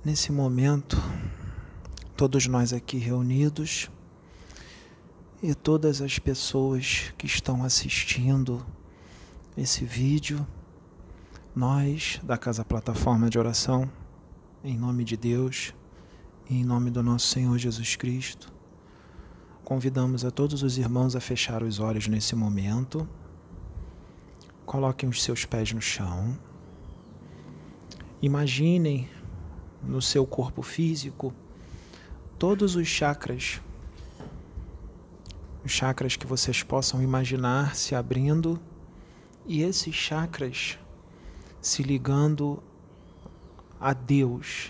Nesse momento, todos nós aqui reunidos e todas as pessoas que estão assistindo esse vídeo, nós da Casa Plataforma de Oração, em nome de Deus e em nome do nosso Senhor Jesus Cristo, convidamos a todos os irmãos a fechar os olhos nesse momento. Coloquem os seus pés no chão. Imaginem no seu corpo físico todos os chakras que vocês possam imaginar se abrindo e esses chakras se ligando a Deus,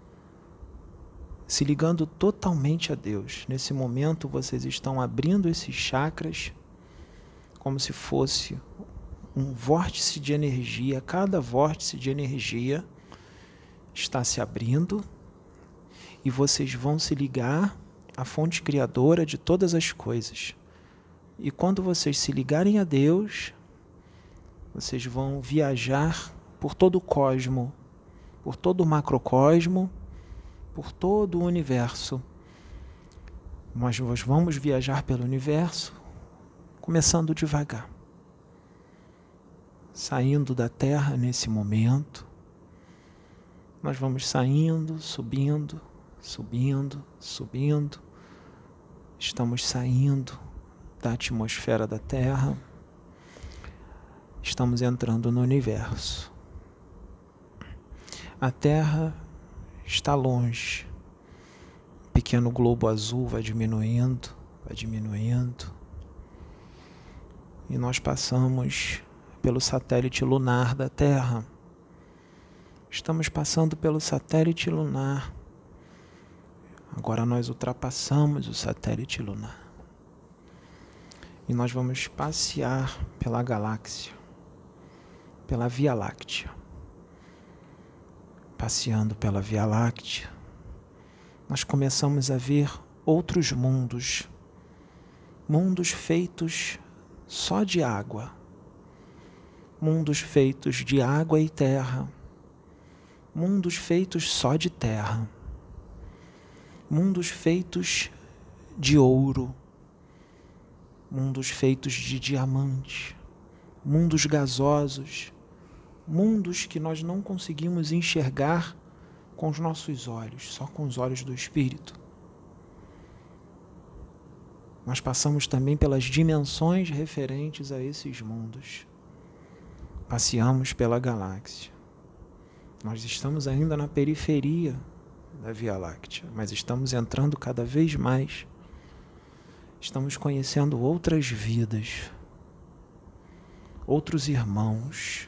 se ligando totalmente a Deus. Nesse momento vocês estão abrindo esses chakras como se fosse um vórtice de energia. Cada vórtice de energia está se abrindo e vocês vão se ligar à fonte criadora de todas as coisas. E quando vocês se ligarem a Deus, vocês vão viajar por todo o cosmo, por todo o macrocosmo, por todo o universo. Nós vamos viajar pelo universo, começando devagar, saindo da Terra nesse momento. Nós vamos saindo, subindo, subindo, subindo. Estamos saindo da atmosfera da Terra. Estamos entrando no universo. A Terra está longe. O pequeno globo azul vai diminuindo, vai diminuindo. E nós passamos pelo satélite lunar da Terra. Estamos passando pelo satélite lunar. Agora nós ultrapassamos o satélite lunar. E nós vamos passear pela galáxia, pela Via Láctea. Passeando pela Via Láctea, nós começamos a ver outros mundos. Mundos feitos só de água. Mundos feitos de água e terra. Mundos feitos só de terra. Mundos feitos de ouro. Mundos feitos de diamante. Mundos gasosos. Mundos que nós não conseguimos enxergar com os nossos olhos, só com os olhos do Espírito. Nós passamos também pelas dimensões referentes a esses mundos. Passeamos pela galáxia. Nós estamos ainda na periferia da Via Láctea, mas estamos entrando cada vez mais. Estamos conhecendo outras vidas, outros irmãos,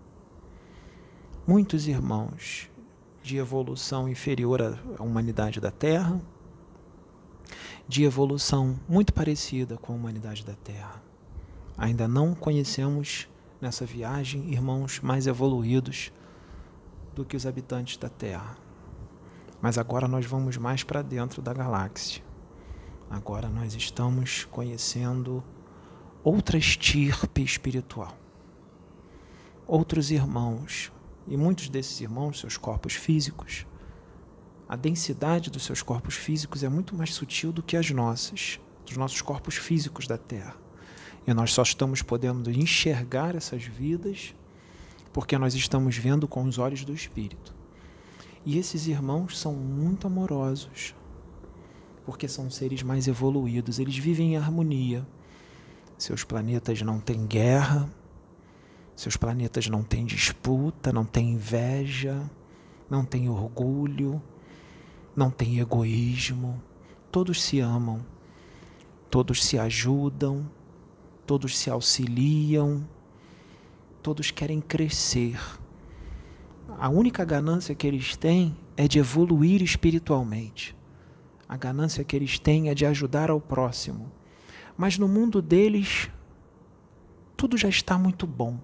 muitos irmãos de evolução inferior à humanidade da Terra, de evolução muito parecida com a humanidade da Terra. Ainda não conhecemos nessa viagem irmãos mais evoluídos do que os habitantes da Terra. Mas agora nós vamos mais para dentro da galáxia. Agora nós estamos conhecendo outra estirpe espiritual. Outros irmãos. E muitos desses irmãos, seus corpos físicos, a densidade dos seus corpos físicos é muito mais sutil do que as nossas, dos nossos corpos físicos da Terra. E nós só estamos podendo enxergar essas vidas porque nós estamos vendo com os olhos do Espírito. E esses irmãos são muito amorosos, porque são seres mais evoluídos, eles vivem em harmonia. Seus planetas não têm guerra, seus planetas não têm disputa, não têm inveja, não têm orgulho, não têm egoísmo. Todos se amam, todos se ajudam, todos se auxiliam, todos querem crescer. A única ganância que eles têm é de evoluir espiritualmente. A ganância que eles têm é de ajudar ao próximo. Mas no mundo deles, tudo já está muito bom.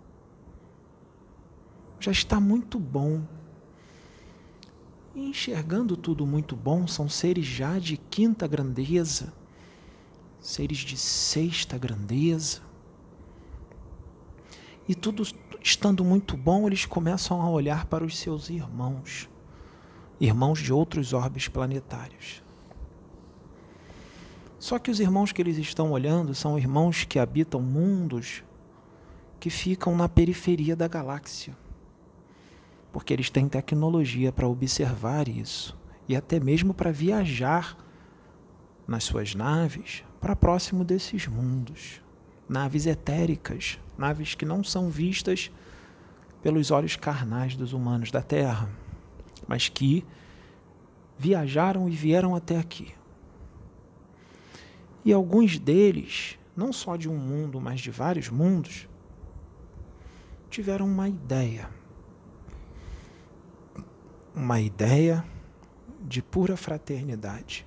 Já está muito bom. E enxergando tudo muito bom, são seres já de quinta grandeza, seres de sexta grandeza. E tudo estando muito bom, eles começam a olhar para os seus irmãos, irmãos de outros orbes planetários. Só que os irmãos que eles estão olhando são irmãos que habitam mundos que ficam na periferia da galáxia, porque eles têm tecnologia para observar isso e até mesmo para viajar nas suas naves para próximo desses mundos. Naves etéricas, naves que não são vistas pelos olhos carnais dos humanos da Terra, mas que viajaram e vieram até aqui. E alguns deles, não só de um mundo, mas de vários mundos, tiveram uma ideia de pura fraternidade.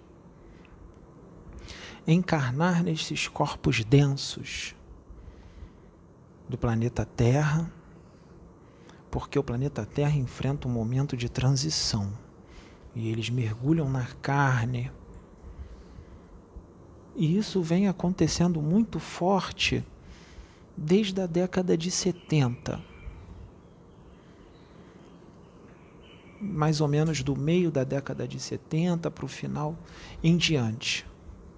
Encarnar nesses corpos densos do planeta Terra, porque o planeta Terra enfrenta um momento de transição e eles mergulham na carne. E isso vem acontecendo muito forte desde a década de 70. Mais ou menos do meio da década de 70 para o final em diante.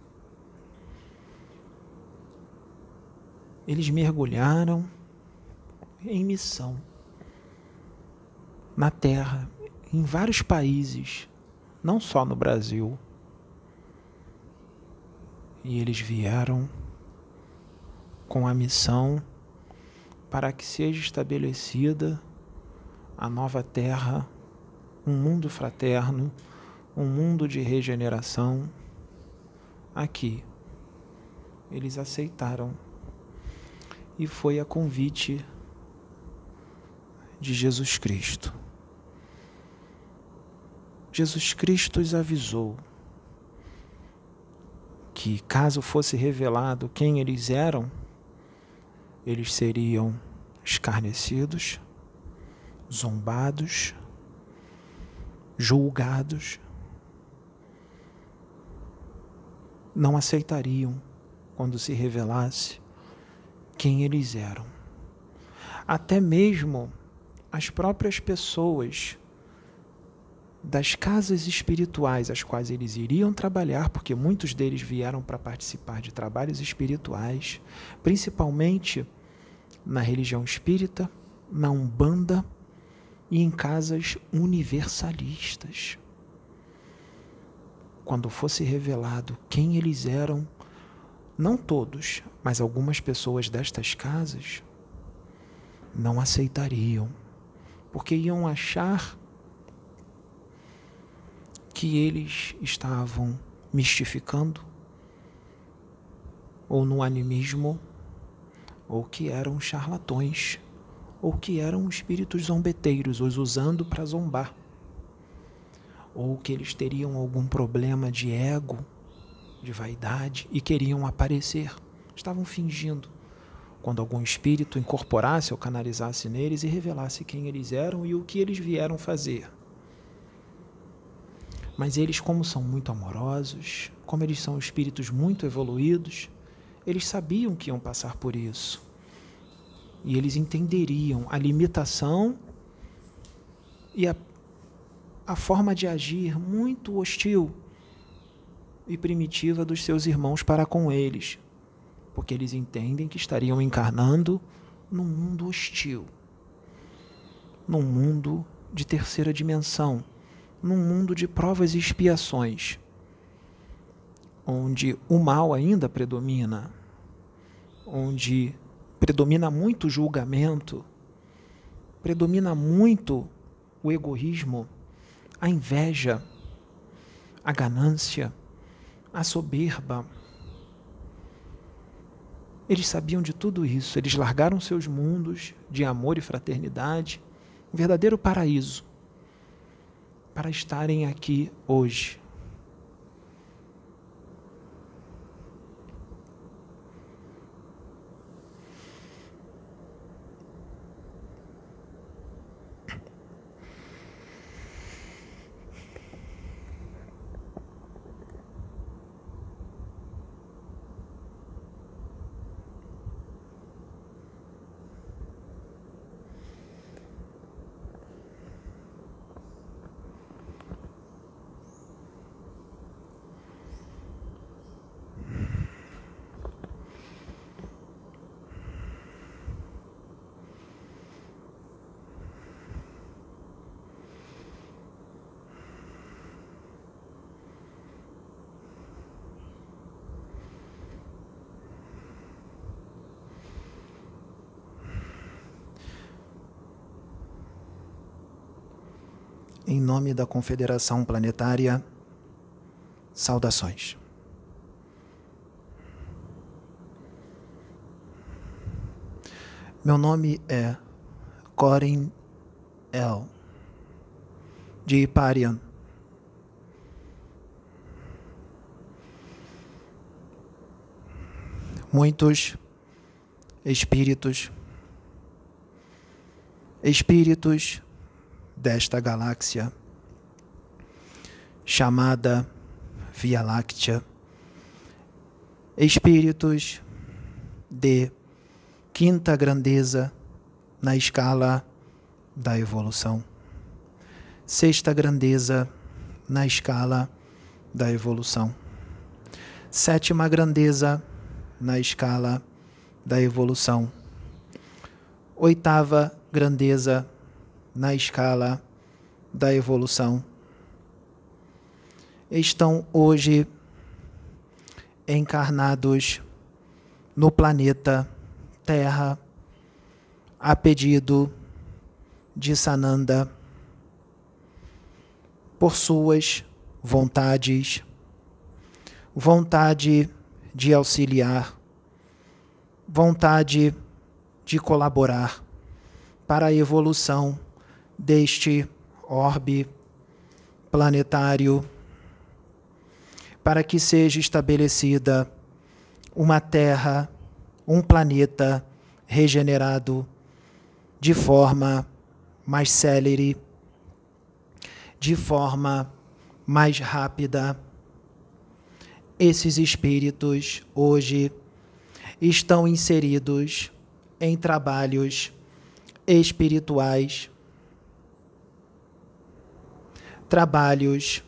Eles mergulharam em missão na Terra, em vários países, não só no Brasil. E eles vieram com a missão para que seja estabelecida a nova Terra, um mundo fraterno, um mundo de regeneração aqui. Eles aceitaram. E foi a convite de Jesus Cristo. Jesus Cristo os avisou que, caso fosse revelado quem eles eram, eles seriam escarnecidos, zombados, julgados, não aceitariam quando se revelasse quem eles eram. Até mesmo as próprias pessoas das casas espirituais às quais eles iriam trabalhar, porque muitos deles vieram para participar de trabalhos espirituais, principalmente na religião espírita, na Umbanda e em casas universalistas. Quando fosse revelado quem eles eram, não todos, mas algumas pessoas destas casas não aceitariam, porque iam achar que eles estavam mistificando, ou no animismo, ou que eram charlatões, ou que eram espíritos zombeteiros, os usando para zombar, ou que eles teriam algum problema de ego, de vaidade, e queriam aparecer. Estavam fingindo, quando algum espírito incorporasse ou canalizasse neles e revelasse quem eles eram e o que eles vieram fazer. Mas eles, como são muito amorosos, como eles são espíritos muito evoluídos, eles sabiam que iam passar por isso. E eles entenderiam a limitação e a forma de agir muito hostil e primitiva dos seus irmãos para com eles, porque eles entendem que estariam encarnando num mundo hostil, num mundo de terceira dimensão, num mundo de provas e expiações, onde o mal ainda predomina, onde predomina muito o julgamento, predomina muito o egoísmo, a inveja, a ganância, a soberba. Eles sabiam de tudo isso, eles largaram seus mundos de amor e fraternidade, um verdadeiro paraíso, para estarem aqui hoje. Em nome da Confederação Planetária, saudações. Meu nome é Corin L. de Hyperion. Muitos espíritos desta galáxia chamada Via Láctea, espíritos de quinta grandeza na escala da evolução, sexta grandeza na escala da evolução, sétima grandeza na escala da evolução, oitava grandeza na escala da evolução, estão hoje encarnados no planeta Terra a pedido de Sananda por suas vontades, vontade de auxiliar, vontade de colaborar para a evolução deste orbe planetário, para que seja estabelecida uma Terra, um planeta regenerado de forma mais célere, de forma mais rápida. Esses espíritos hoje estão inseridos em trabalhos espirituais, trabalhos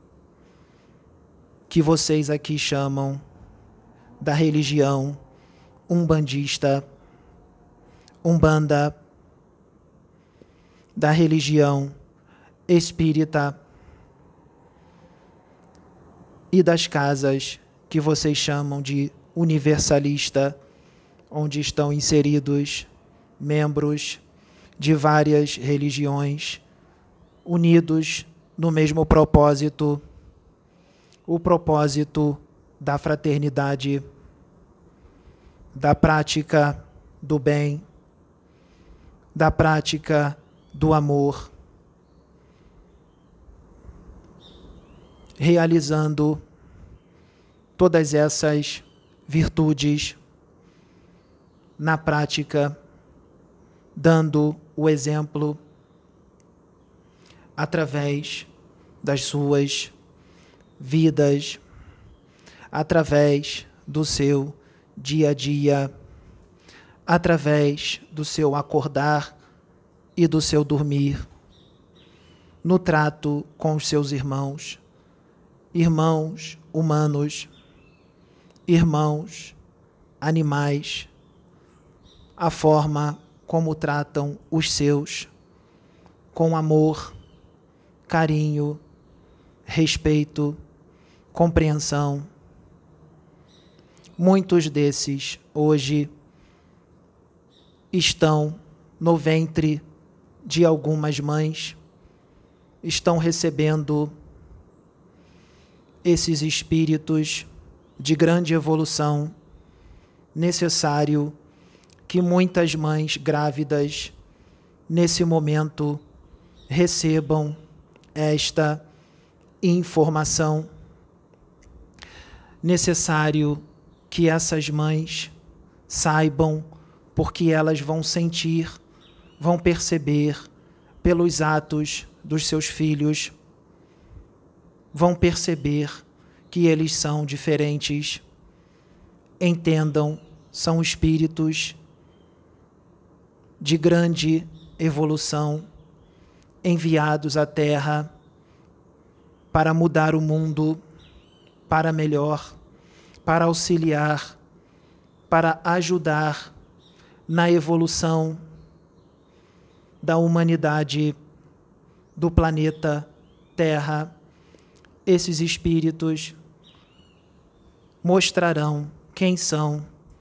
que vocês aqui chamam da religião umbandista, Umbanda, da religião espírita e das casas que vocês chamam de universalista, onde estão inseridos membros de várias religiões, unidos no mesmo propósito, o propósito da fraternidade, da prática do bem, da prática do amor, realizando todas essas virtudes na prática, dando o exemplo através das suas vidas, através do seu dia a dia, através do seu acordar e do seu dormir, no trato com os seus irmãos, irmãos humanos, irmãos animais, a forma como tratam os seus, com amor, carinho, respeito, compreensão. Muitos desses hoje estão no ventre de algumas mães, estão recebendo esses espíritos de grande evolução, necessário que muitas mães grávidas, nesse momento, recebam esta informação. Necessário que essas mães saibam, porque elas vão sentir, vão perceber pelos atos dos seus filhos, vão perceber que eles são diferentes. Entendam, são espíritos de grande evolução, enviados à Terra para mudar o mundo para melhor, para auxiliar, para ajudar na evolução da humanidade, do planeta Terra. Esses espíritos mostrarão quem são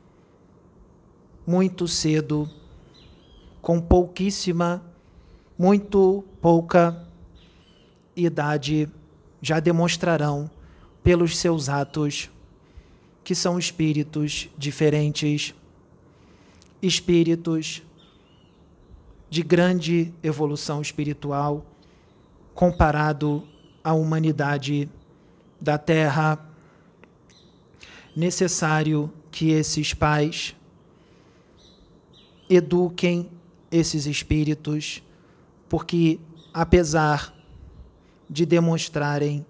muito cedo, com muito pouca idade já demonstrarão pelos seus atos que são espíritos diferentes, espíritos de grande evolução espiritual comparado à humanidade da Terra. Necessário que esses pais eduquem esses espíritos, porque apesar de demonstrarem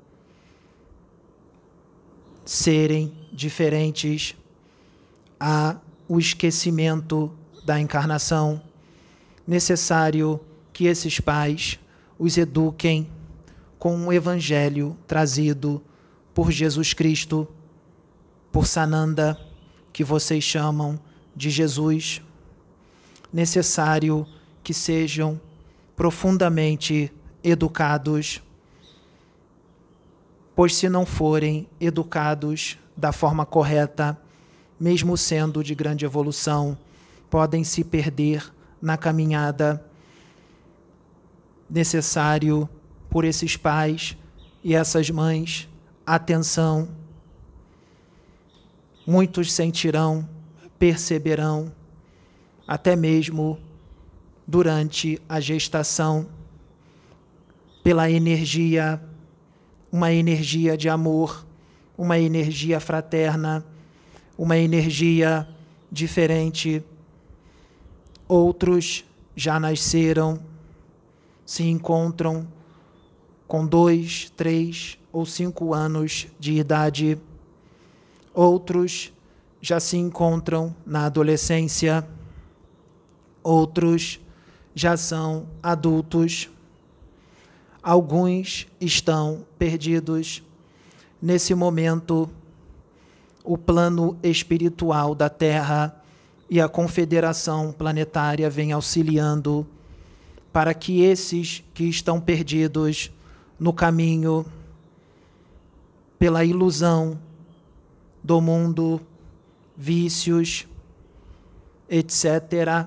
serem diferentes, há o esquecimento da encarnação. Necessário que esses pais os eduquem com o evangelho trazido por Jesus Cristo, por Sananda, que vocês chamam de Jesus. Necessário que sejam profundamente educados, pois se não forem educados da forma correta, mesmo sendo de grande evolução, podem se perder na caminhada. Necessário por esses pais e essas mães, atenção. Muitos sentirão, perceberão, até mesmo durante a gestação, pela energia, uma energia de amor, uma energia fraterna, uma energia diferente. Outros já nasceram, se encontram com 2, 3 ou 5 anos de idade. Outros já se encontram na adolescência. Outros já são adultos. Alguns estão perdidos. Nesse momento, o plano espiritual da Terra e a Confederação Planetária vem auxiliando para que esses que estão perdidos no caminho, pela ilusão do mundo, vícios, etc.,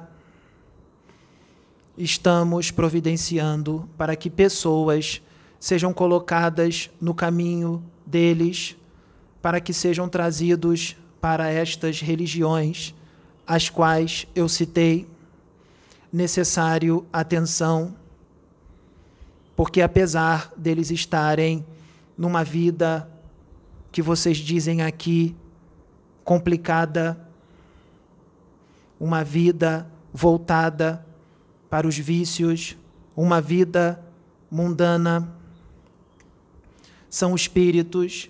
estamos providenciando para que pessoas sejam colocadas no caminho deles, para que sejam trazidos para estas religiões, as quais eu citei. Necessário atenção, porque apesar deles estarem numa vida que vocês dizem aqui complicada, uma vida voltada para os vícios, uma vida mundana, são espíritos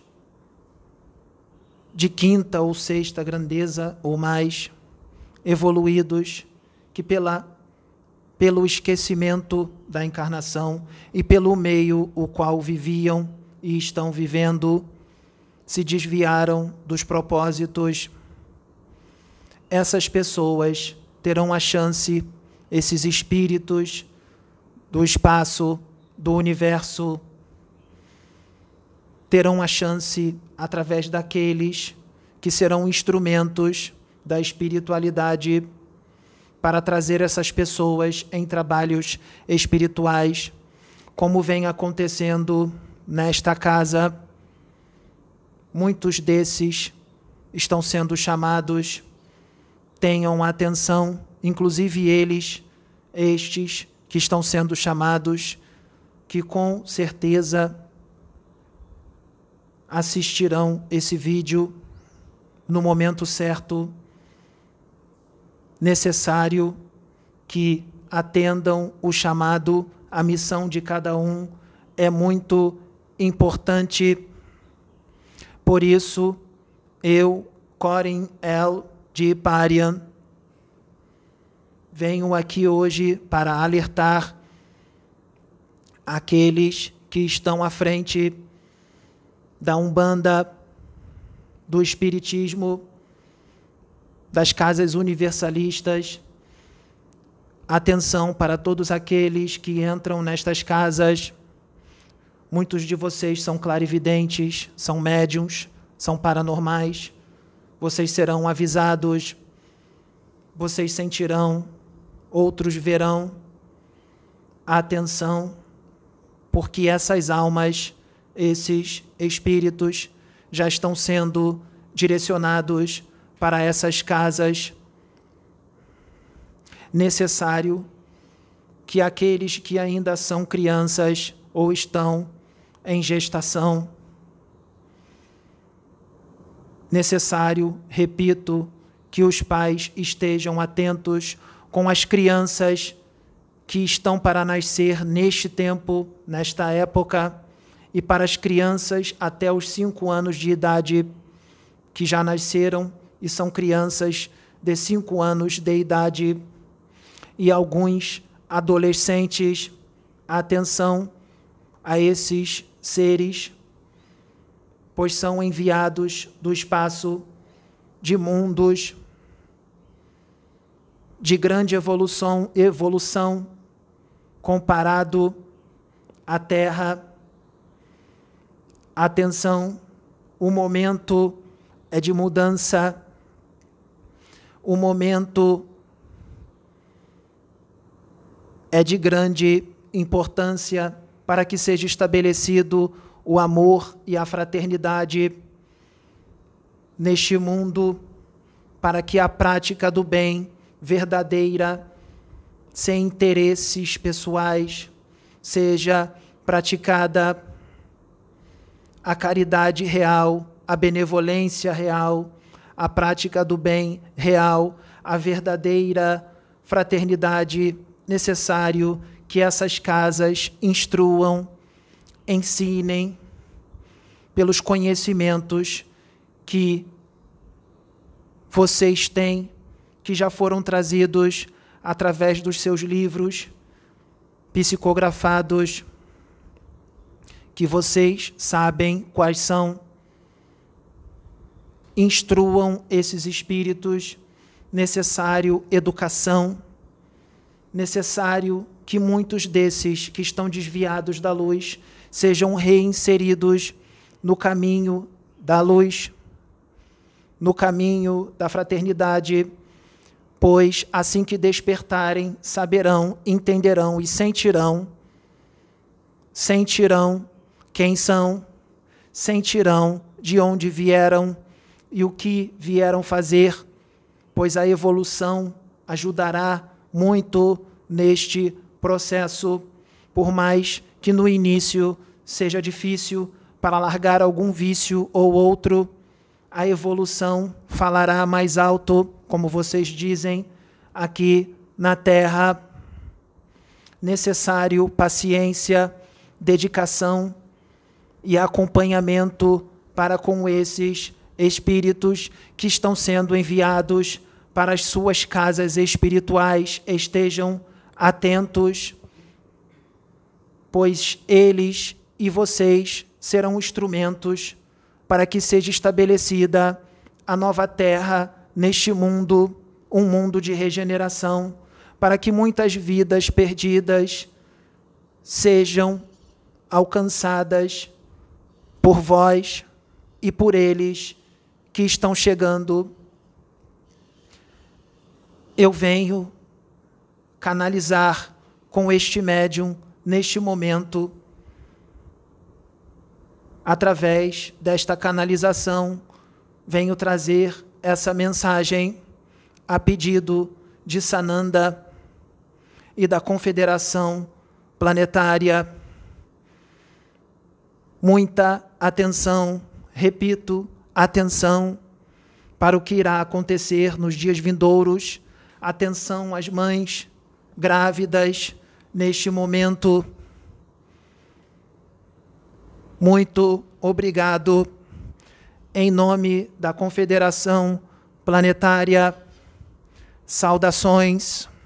de 5ª ou 6ª grandeza ou mais, evoluídos, que pelo esquecimento da encarnação e pelo meio o qual viviam e estão vivendo, se desviaram dos propósitos. Essas pessoas terão a chance, esses espíritos do espaço, do universo, terão a chance, através daqueles que serão instrumentos da espiritualidade, para trazer essas pessoas em trabalhos espirituais, como vem acontecendo nesta casa. Muitos desses estão sendo chamados, tenham atenção, inclusive eles, estes que estão sendo chamados, que com certeza assistirão esse vídeo no momento certo. Necessário que atendam o chamado, a missão de cada um é muito importante. Por isso, eu, Corin L. de Parian, venho aqui hoje para alertar aqueles que estão à frente da Umbanda, do Espiritismo, das casas universalistas. Atenção para todos aqueles que entram nestas casas. Muitos de vocês são clarividentes, são médiuns, são paranormais. Vocês serão avisados, vocês sentirão, outros verão. Atenção, porque essas almas, esses espíritos, já estão sendo direcionados para essas casas. Necessário que aqueles que ainda são crianças ou estão em gestação, necessário, repito, que os pais estejam atentos com as crianças que estão para nascer neste tempo, nesta época, e para as crianças até os 5 anos de idade que já nasceram e são crianças de 5 anos de idade e alguns adolescentes. Atenção a esses seres, pois são enviados do espaço de mundos de grande evolução comparado à Terra. Atenção, o momento é de mudança, o momento é de grande importância para que seja estabelecido o amor e a fraternidade neste mundo, para que a prática do bem verdadeira, sem interesses pessoais, seja praticada a caridade real, a benevolência real, a prática do bem real, a verdadeira fraternidade. Necessário que essas casas instruam, ensinem pelos conhecimentos que vocês têm, que já foram trazidos através dos seus livros psicografados, que vocês sabem quais são. Instruam esses espíritos. Necessário educação, necessário que muitos desses que estão desviados da luz sejam reinseridos no caminho da luz, no caminho da fraternidade, pois assim que despertarem, saberão, entenderão e sentirão quem são, sentirão de onde vieram e o que vieram fazer, pois a evolução ajudará muito neste processo, por mais que no início seja difícil para largar algum vício ou outro, a evolução falará mais alto, como vocês dizem, aqui na Terra. Necessário paciência, dedicação e acompanhamento para com esses espíritos que estão sendo enviados para as suas casas espirituais. Estejam atentos, pois eles e vocês serão instrumentos para que seja estabelecida a nova terra neste mundo, um mundo de regeneração, para que muitas vidas perdidas sejam alcançadas por vós e por eles que estão chegando. Eu venho canalizar com este médium, neste momento, através desta canalização, venho trazer essa mensagem a pedido de Sananda e da Confederação Planetária. Muita atenção, repito, atenção para o que irá acontecer nos dias vindouros. Atenção às mães grávidas neste momento. Muito obrigado. Em nome da Confederação Planetária, saudações.